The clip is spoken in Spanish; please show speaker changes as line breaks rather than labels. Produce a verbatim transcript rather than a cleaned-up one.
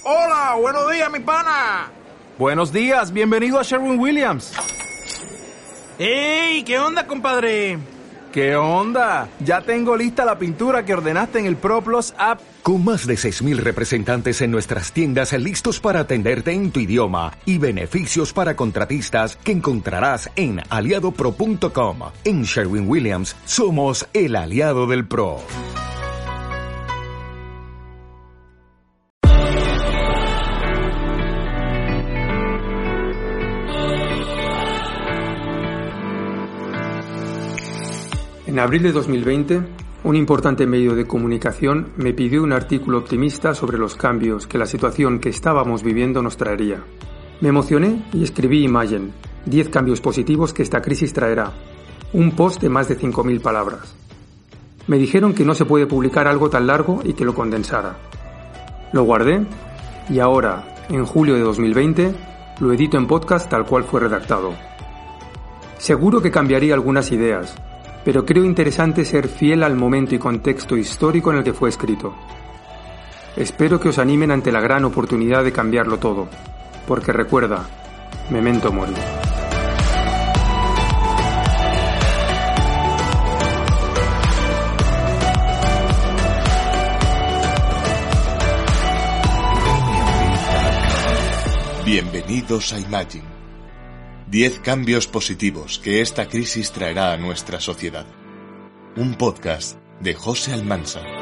Hola, buenos días, mi pana.
Buenos días, bienvenido a Sherwin-Williams.
¡Ey! ¿Qué onda, compadre?
¿Qué onda? Ya tengo lista la pintura que ordenaste en el ProPlus app.
Con más de seis mil representantes en nuestras tiendas listos para atenderte en tu idioma y beneficios para contratistas que encontrarás en aliado pro punto com. En Sherwin-Williams somos el aliado del pro.
En abril de dos mil veinte, un importante medio de comunicación me pidió un artículo optimista sobre los cambios que la situación que estábamos viviendo nos traería. Me emocioné y escribí Imagine, diez cambios positivos que esta crisis traerá, un post de más de cinco mil palabras. Me dijeron que no se puede publicar algo tan largo y que lo condensara. Lo guardé y ahora, en julio de dos mil veinte, lo edito en podcast tal cual fue redactado. Seguro que cambiaría algunas ideas, pero creo interesante ser fiel al momento y contexto histórico en el que fue escrito. Espero que os animen ante la gran oportunidad de cambiarlo todo, porque recuerda, memento mori.
Bienvenidos a Imagine. diez cambios positivos que esta crisis traerá a nuestra sociedad. Un podcast de José Almansa.